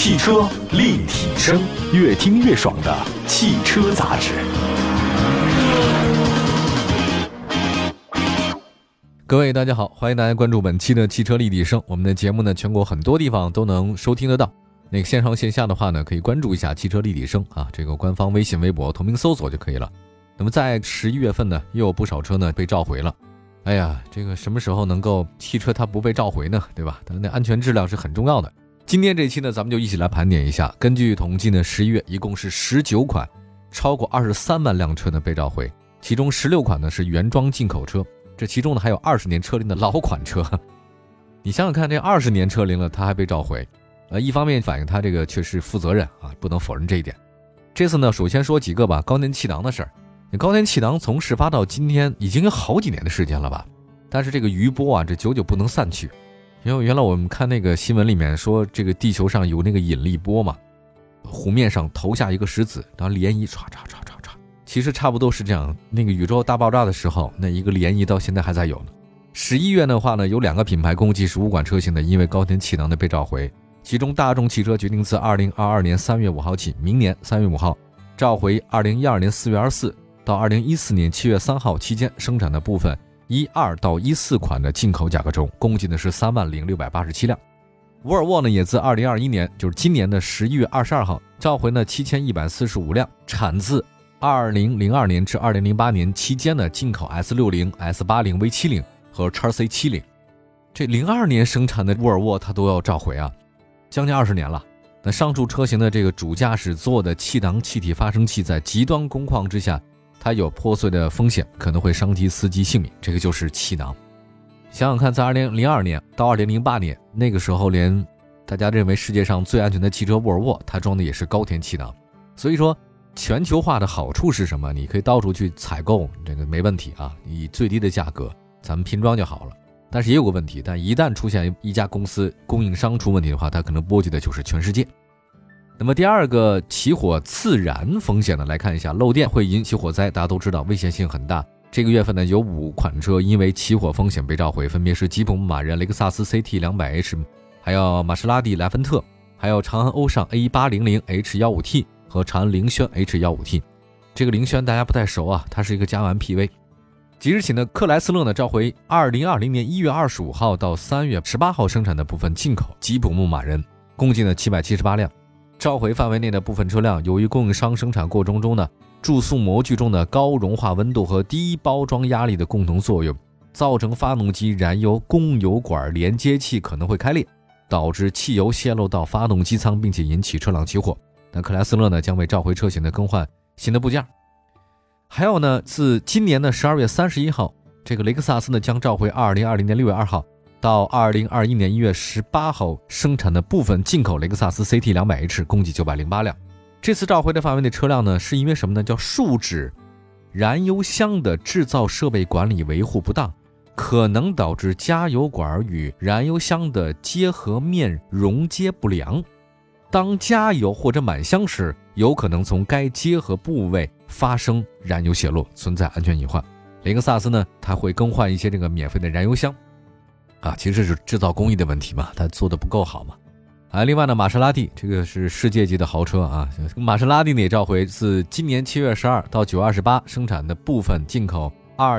汽车立体声，越听越爽的汽车杂志。 各位大家好，欢迎大家关注本期的汽车立体声。我们的节目呢，全国很多地方都能收听得到。那个线上线下的话呢，可以关注一下汽车立体声啊，这个官方微信微博同名搜索就可以了。那么在11月份呢，又有不少车呢被召回了。哎呀，这个什么时候能够汽车它不被召回呢？对吧？它的安全质量是很重要的。今天这期呢，咱们就一起来盘点一下。根据统计呢，11月一共是19款，超过23万辆车呢被召回，其中16款呢是原装进口车，这其中呢还有20年车龄的老款车。你想想看，这20年车龄了，它还被召回。一方面反映它这个确实负责任啊，不能否认这一点。这次呢，首先说几个吧，高年气囊的事儿。高年气囊从事发到今天已经有好几年的时间了吧，但是这个余波啊，这久久不能散去。因为原来我们看那个新闻里面说，这个地球上有那个引力波嘛，湖面上投下一个石子，然后涟漪唰唰唰唰唰，其实差不多是这样。那个宇宙大爆炸的时候，那一个涟漪到现在还在有呢。11月的话呢，有2个品牌共计15款车型的因为高年气囊的被召回，其中大众汽车决定自2022年3月5号起，明年3月5号召回2012年4月24到2014年7月3号期间生产的部分12到14款的进口甲壳虫，共计呢是30687辆。沃尔沃呢也自2021年，就是今年的11月22号召回呢7145辆产自2002年至2008年期间的进口 S60、S80、V70 和 XC70。这02年生产的沃尔沃它都要召回啊，将近20年了。那上述车型的这个主驾驶座的气囊气体发生器在极端工况之下，它有破碎的风险，可能会伤及司机性命，这个就是气囊。想想看，在2002年到2008年，那个时候连大家认为世界上最安全的汽车沃尔沃，它装的也是高田气囊。所以说全球化的好处是什么？你可以到处去采购，这个没问题啊，以最低的价格咱们拼装就好了。但是也有个问题，但一旦出现一家公司供应商出问题的话，它可能波及的就是全世界。那么第二个起火自燃风险呢，来看一下，漏电会引起火灾，大家都知道危险性很大。这个月份呢，有5款车因为起火风险被召回，分别是吉普牧马人、雷克萨斯 CT200H， 还有玛莎拉蒂莱芬特，还有长安欧尚 A800 H15T 和长安凌轩 H15T。 这个凌轩大家不太熟啊，它是一个加完 PV。即日起呢，克莱斯勒呢召回2020年1月25号到3月18号生产的部分进口吉普牧马人，共计呢778辆。召回范围内的部分车辆，由于供应商生产过程中呢，注塑模具中的高融化温度和低包装压力的共同作用，造成发动机燃油供油管连接器可能会开裂，导致汽油泄漏到发动机舱，并且引起车辆起火。那克莱斯勒呢将为召回车型的更换新的部件。还有呢，自今年的12月31号，这个雷克萨斯呢将召回2020年6月2号到2021年1月18号生产的部分进口雷克萨斯 CT200H， 共计908辆。这次召回的范围内车辆呢，是因为什么呢？叫树脂燃油箱的制造设备管理维护不当，可能导致加油管与燃油箱的结合面熔接不良。当加油或者满箱时，有可能从该结合部位发生燃油泄漏，存在安全隐患。雷克萨斯呢，它会更换一些这个免费的燃油箱啊，其实是制造工艺的问题嘛，它做的不够好嘛。另外呢，玛莎拉蒂这个是世界级的豪车啊，玛莎拉蒂呢也召回自今年7月12到9月28生产的部分进口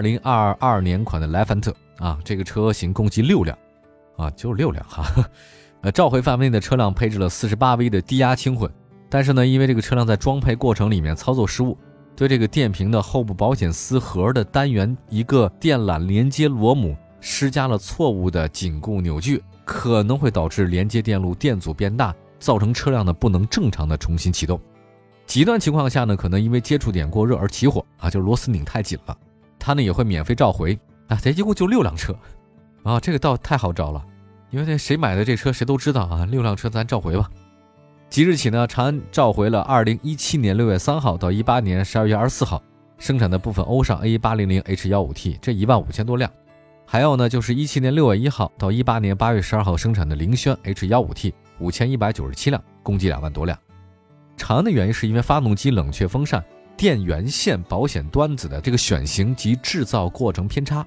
2022年款的莱芬特啊，这个车型共计6辆啊，就6辆哈。召回范围内的车辆配置了 48V 的低压轻混，但是呢，因为这个车辆在装配过程里面操作失误，对这个电瓶的后部保险丝盒的单元一个电缆连接螺母施加了错误的紧固扭矩，可能会导致连接电路电阻变大，造成车辆呢不能正常的重新启动。极端情况下呢，可能因为接触点过热而起火啊，就是螺丝拧太紧了，它呢也会免费召回啊。这一共就6辆车啊，这个倒太好找了，因为这谁买的这车谁都知道啊，6辆车咱召回吧。即日起呢，长安召回了2017年6月3号到18年12月24号生产的部分欧尚 A800 H15T， 这15000多辆。还有呢，就是17年6月1号到18年8月12号生产的凌轩 H15T 5197辆，共计2万多辆。长安的原因是因为发动机冷却风扇电源线保险端子的这个选型及制造过程偏差，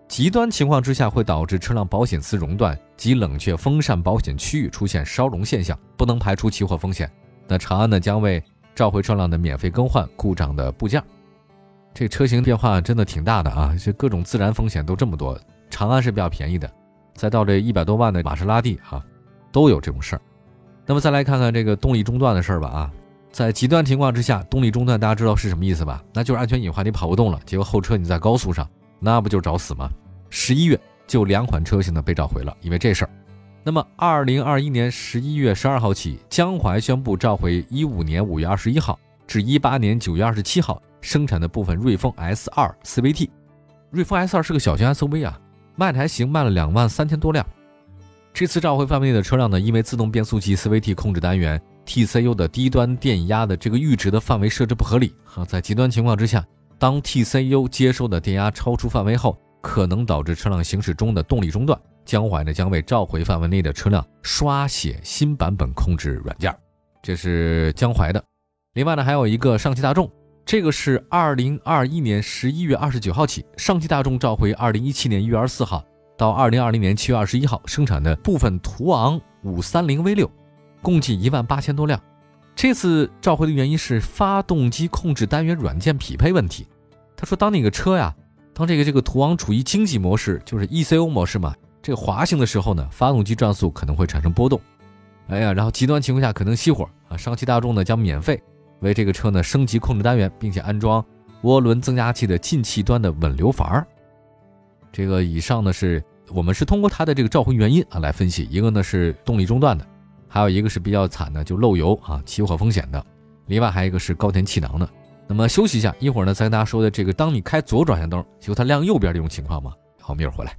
极端情况之下会导致车辆保险丝熔断及冷却风扇保险区域出现烧熔现象，不能排除起火风险。那长安呢将为召回车辆的免费更换故障的部件。这车型变化真的挺大的啊，这各种自燃风险都这么多，长安是比较便宜的，再到这100多万的玛莎拉蒂啊，都有这种事儿。那么再来看看这个动力中断的事儿吧啊，在极端情况之下，动力中断大家知道是什么意思吧？那就是安全隐患，你跑不动了，结果后车你在高速上，那不就找死吗？11月就2款车型呢被召回了，因为这事儿。那么2021年11月12号起，江淮宣布召回15年5月21号至18年9月27号生产的部分瑞风 S2 CVT。 瑞风 S2 是个小型 SUV 啊，卖的还行，卖了23000多辆。这次召回范围内的车辆呢，因为自动变速器 CVT 控制单元 TCU 的低端电压的这个阈值的范围设置不合理，在极端情况之下，当 TCU 接收的电压超出范围后，可能导致车辆行驶中的动力中断。江淮呢将为召回范围内的车辆刷写新版本控制软件，这是江淮的。另外呢还有一个上汽大众，这个是2021年11月29号起，上汽大众召回2017年1月24号到2020年7月21号生产的部分途昂 530V6， 共计18000多辆。这次召回的原因是发动机控制单元软件匹配问题。他说当那个车呀，当这个途昂处于经济模式，就是 ECO 模式嘛，这个滑行的时候呢，发动机转速可能会产生波动，然后极端情况下可能熄火啊。上汽大众呢将免费为这个车呢升级控制单元，并且安装涡轮增压器的进气端的稳流阀。这个以上呢是我们是通过它的这个召回原因啊来分析，一个呢是动力中断的，还有一个是比较惨的就漏油啊起火风险的，另外还有一个是高填气囊的。那么休息一下，一会儿呢再跟大家说的这个当你开左转向灯结果它亮右边这种情况嘛。好，我们一会儿回来。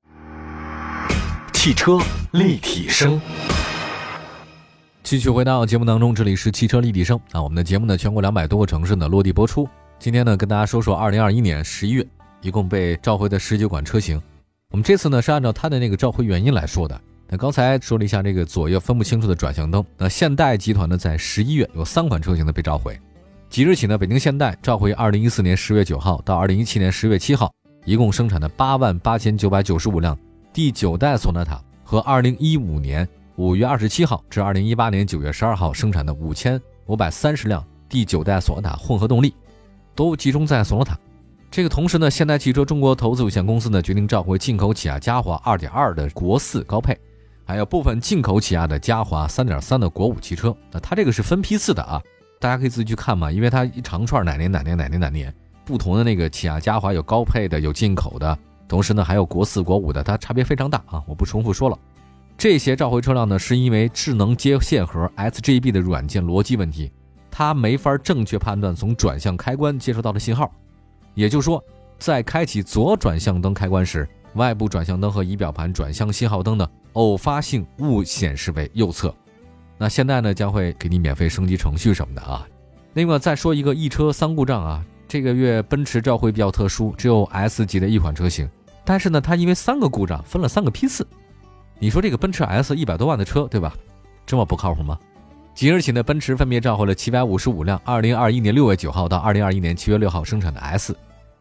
汽车立体声， 继续回到节目当中，这里是汽车立体声啊。我们的节目呢，全国200多个城市呢落地播出。今天呢，跟大家说说2021年11月一共被召回的19款车型。我们这次呢是按照它的那个召回原因来说的。那刚才说了一下这个左右分不清楚的转向灯，那现代集团呢在11月有3款车型呢被召回。即日起呢，北京现代召回2014年10月9号到2017年10月7号，一共生产的88995辆第9代索纳塔和2015年5月27号至2018年9月12号生产的5530辆第9代索纳塔混合动力，都集中在索纳塔。这个同时呢，现代汽车中国投资有限公司呢决定召回进口起亚嘉华 2.2 的国4高配，还有部分进口起亚的嘉华 3.3 的国5汽车。那它这个是分批次的啊，大家可以自己去看嘛，因为它一长串哪年不同的那个起亚嘉华有高配的有进口的，同时呢还有国4国5的，它差别非常大啊，我不重复说了。这些召回车辆呢是因为智能接线盒 SGB 的软件逻辑问题，它没法正确判断从转向开关接收到的信号，也就是说在开启左转向灯开关时，外部转向灯和仪表盘转向信号灯的偶发性误显示为右侧。那现在呢将会给你免费升级程序什么的啊。另外再说一个一车3故障啊，这个月奔驰召回比较特殊，只有 S 级的一款车型，但是呢它因为3个故障分了3个批次。你说这个奔驰 S 100多万的车对吧，这么不靠谱吗？即日起呢，奔驰分别召回了755辆2021年6月9号到2021年7月6号生产的 S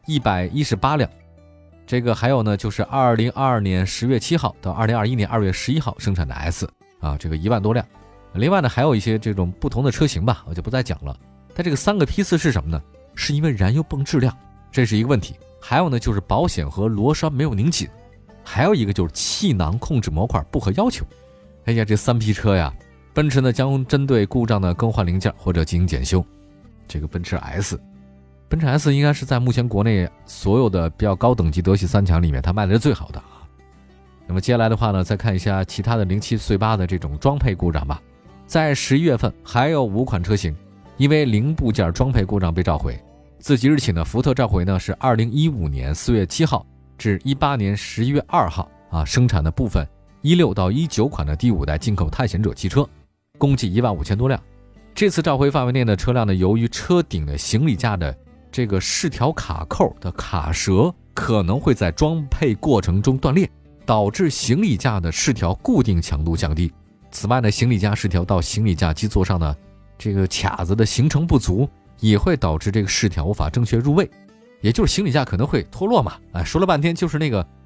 118辆，这个还有呢就是2022年10月7号到2021年2月11号生产的 S 啊，这个1万多辆。另外呢还有一些这种不同的车型吧，我就不再讲了。它这个3个批次是什么呢？是因为燃油泵质量，这是一个问题。还有呢就是保险和螺栓没有拧紧，还有一个就是气囊控制模块不合要求。哎呀，这3批车呀，奔驰呢将针对故障呢更换零件或者进行检修。这个奔驰 S 应该是在目前国内所有的比较高等级德系3强里面它卖的是最好的啊。那么接下来的话呢，再看一下其他的07碎8的这种装配故障吧。在11月份还有5款车型因为零部件装配故障被召回。自即日起呢，福特召回呢是2015年4月7号至18年11月2号啊生产的部分16到19款的第5代进口探险者汽车，共计15000多辆。这次召回范围内的车辆呢，由于车顶的行李架的这个饰条卡扣的卡舌可能会在装配过程中断裂，导致行李架的饰条固定强度降低。此外呢，行李架饰条到行李架基座上呢，这个卡子的形成不足，也会导致这个饰条无法正确入位，也就是行李架可能会脱落嘛。说了半天就是那个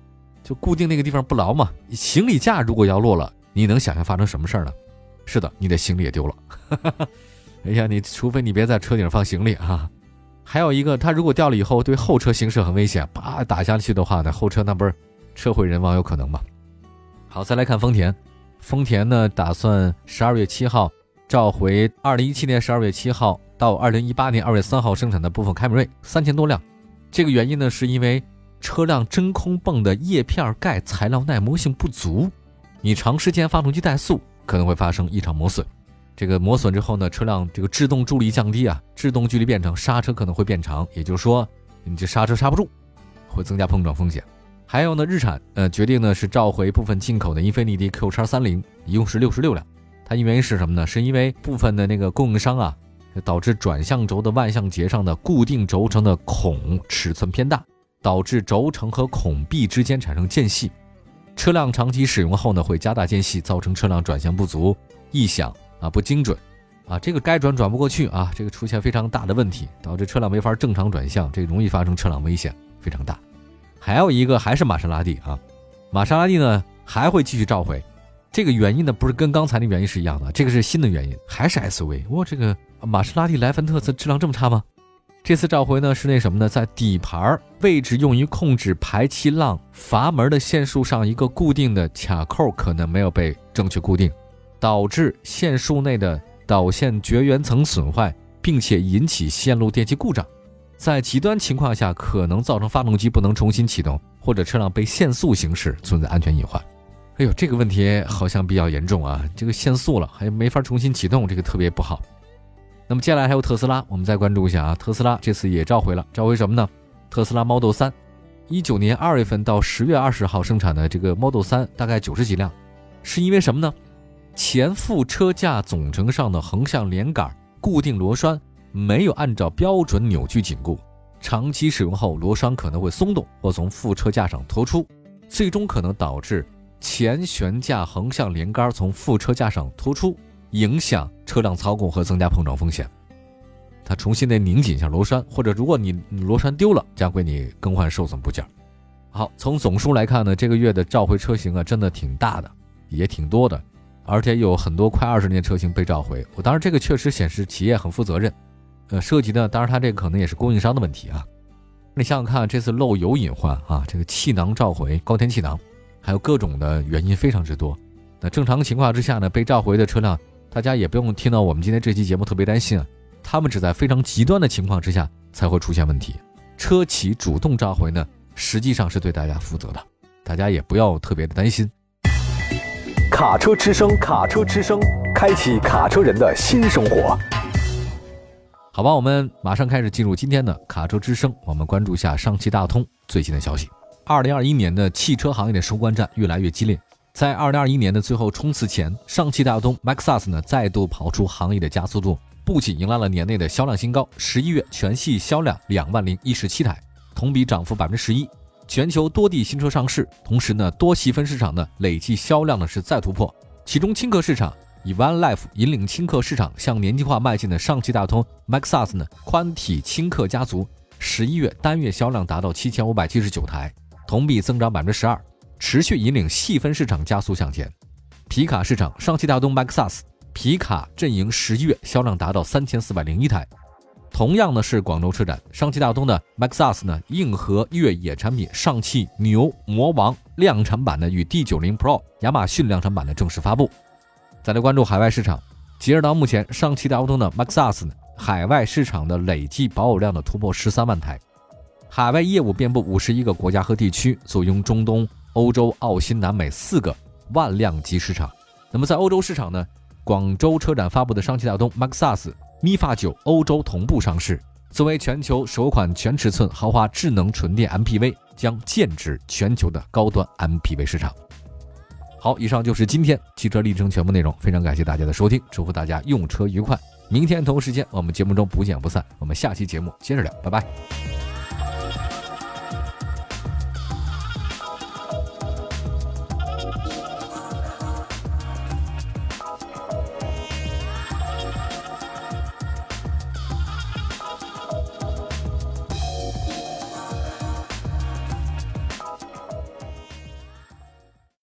就固定那个地方不牢嘛。行李架如果要落了，你能想象发生什么事呢？是的，你的行李也丢了。哎呀，你除非你别在车顶放行李啊。还有一个，它如果掉了以后对后车行驶很危险，啪打下去的话呢，后车那不是车毁人亡有可能吗？好，再来看丰田。丰田呢打算12月7号召回2017年12月7号到2018年2月3号生产的部分凯美瑞3000多辆。这个原因呢是因为车辆真空泵的叶片盖材料耐磨性不足，你长时间发动机怠速可能会发生异常磨损。这个磨损之后呢，车辆这个制动助力降低啊，制动距离变长，刹车可能会变长，也就是说你这刹车刹不住，会增加碰撞风险。还有呢，日产决定呢是召回部分进口的英菲尼迪 QX30， 一共是66辆。它原因是什么呢？是因为部分的那个供应商啊，导致转向轴的万向节上的固定轴承的孔尺寸偏大，导致轴承和孔壁之间产生间隙。车辆长期使用后呢，会加大间隙，造成车辆转向不足、异响啊、不精准啊，这个该转不过去啊，这个出现非常大的问题，导致车辆没法正常转向，这个容易发生车辆危险，非常大。还有一个还是玛莎拉蒂啊，玛莎拉蒂呢还会继续召回，这个原因呢不是跟刚才的原因是一样的，这个是新的原因，还是 SUV。哇，这个玛莎拉蒂莱芬特质量这么差吗？这次召回呢是那什么呢，在底盘位置用于控制排气浪阀门的线束上一个固定的卡扣可能没有被正确固定，导致线束内的导线绝缘层损坏，并且引起线路电气故障。在极端情况下可能造成发动机不能重新启动，或者车辆被限速行驶，存在安全隐患。哎呦，这个问题好像比较严重啊，这个限速了还没法重新启动，这个特别不好。那么接下来还有特斯拉，我们再关注一下啊，特斯拉这次也召回了，召回什么呢？特斯拉 Model 3 19年2月份到10月20号生产的这个 Model 3大概90几辆，是因为什么呢？前副车架总成上的横向连杆固定螺栓没有按照标准扭矩紧固，长期使用后螺栓可能会松动或从副车架上脱出，最终可能导致前悬架横向连杆从副车架上脱出，影响车辆操控和增加碰撞风险。它重新得拧紧一下螺栓，或者如果你螺栓丢了，将会你更换受损部件。好，从总数来看呢，这个月的召回车型啊真的挺大的，也挺多的，而且有很多快20年车型被召回。当然这个确实显示企业很负责任，涉及的当然它这个可能也是供应商的问题啊。你想想看，这次漏油隐患啊，这个气囊召回，高天气囊，还有各种的原因非常之多。那正常情况之下呢，被召回的车辆大家也不用听到我们今天这期节目特别担心啊，他们只在非常极端的情况之下才会出现问题。车企主动召回呢，实际上是对大家负责的，大家也不要特别的担心。 卡车之声，卡车之声，开启卡车人的新生活。 好吧，我们马上开始进入今天的卡车之声，我们关注一下上汽大通最新的消息。2021年的汽车行业的收官战越来越激烈，在2021年的最后冲刺前，上汽大通 MAXUS 呢再度跑出行业的加速度，不仅迎来了年内的销量新高，11月全系销量20017台，同比涨幅11%，全球多地新车上市，同时呢多细分市场呢累计销量呢是再突破，其中轻客市场以 One Life 引领轻客市场向年轻化迈进的上汽大通 MAXUS 呢宽体轻客家族11月单月销量达到7579台，同比增长12%，持续引领细分市场加速向前。皮卡市场，上汽大通 MAXUS 皮卡阵营11月销量达到3401台。同样呢是广州车展，上汽大通的 MAXUS 呢硬核越野产品上汽牛魔王量产版呢与 D90 Pro 亚马逊量产版的正式发布。再来关注海外市场，截止到目前，上汽大通的 MAXUS 呢海外市场的累计保有量的突破13万台，海外业务遍布51个国家和地区，坐拥中东、欧洲、澳新、南美4个万辆级市场。那么在欧洲市场呢，广州车展发布的上汽大通 MAXUS MIFA 9欧洲同步上市，作为全球首款全尺寸豪华智能纯电 MPV， 将剑指全球的高端 MPV 市场。好，以上就是今天汽车立体声全部内容，非常感谢大家的收听，祝福大家用车愉快。明天同时间我们节目中不见不散，我们下期节目接着聊，拜拜。